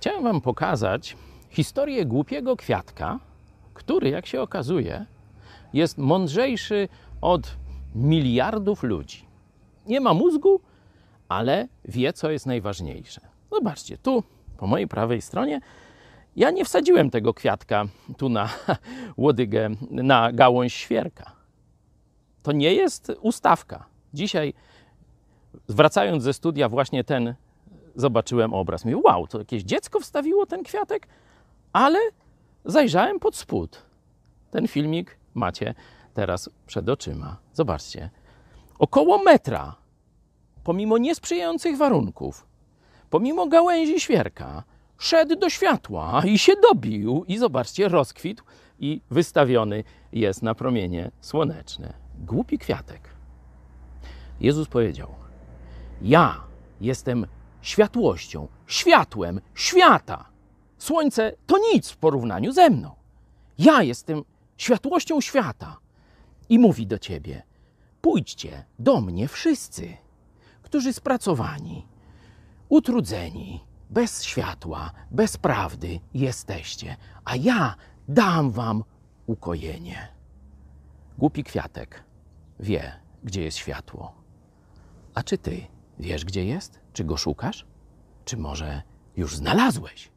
Chciałem wam pokazać historię głupiego kwiatka, który, jak się okazuje, jest mądrzejszy od miliardów ludzi. Nie ma mózgu, ale wie, co jest najważniejsze. Zobaczcie, tu po mojej prawej stronie ja nie wsadziłem tego kwiatka tu na łodygę, na gałąź świerka. To nie jest ustawka. Dzisiaj, wracając ze studia, właśnie ten zobaczyłem obraz. Mówię, wow, to jakieś dziecko wstawiło ten kwiatek, ale zajrzałem pod spód. Ten filmik macie teraz przed oczyma. Zobaczcie. Około metra, pomimo niesprzyjających warunków, pomimo gałęzi świerka, szedł do światła i się dobił. I zobaczcie, rozkwitł i wystawiony jest na promienie słoneczne. Głupi kwiatek. Jezus powiedział, ja jestem światłością, światłem świata. Słońce to nic w porównaniu ze mną. Ja jestem światłością świata. I mówi do ciebie, pójdźcie do mnie wszyscy, którzy spracowani, utrudzeni, bez światła, bez prawdy jesteście, a ja dam wam ukojenie. Głupi kwiatek wie, gdzie jest światło. A czy ty wiesz, gdzie jest? Czy go szukasz? Czy może już znalazłeś?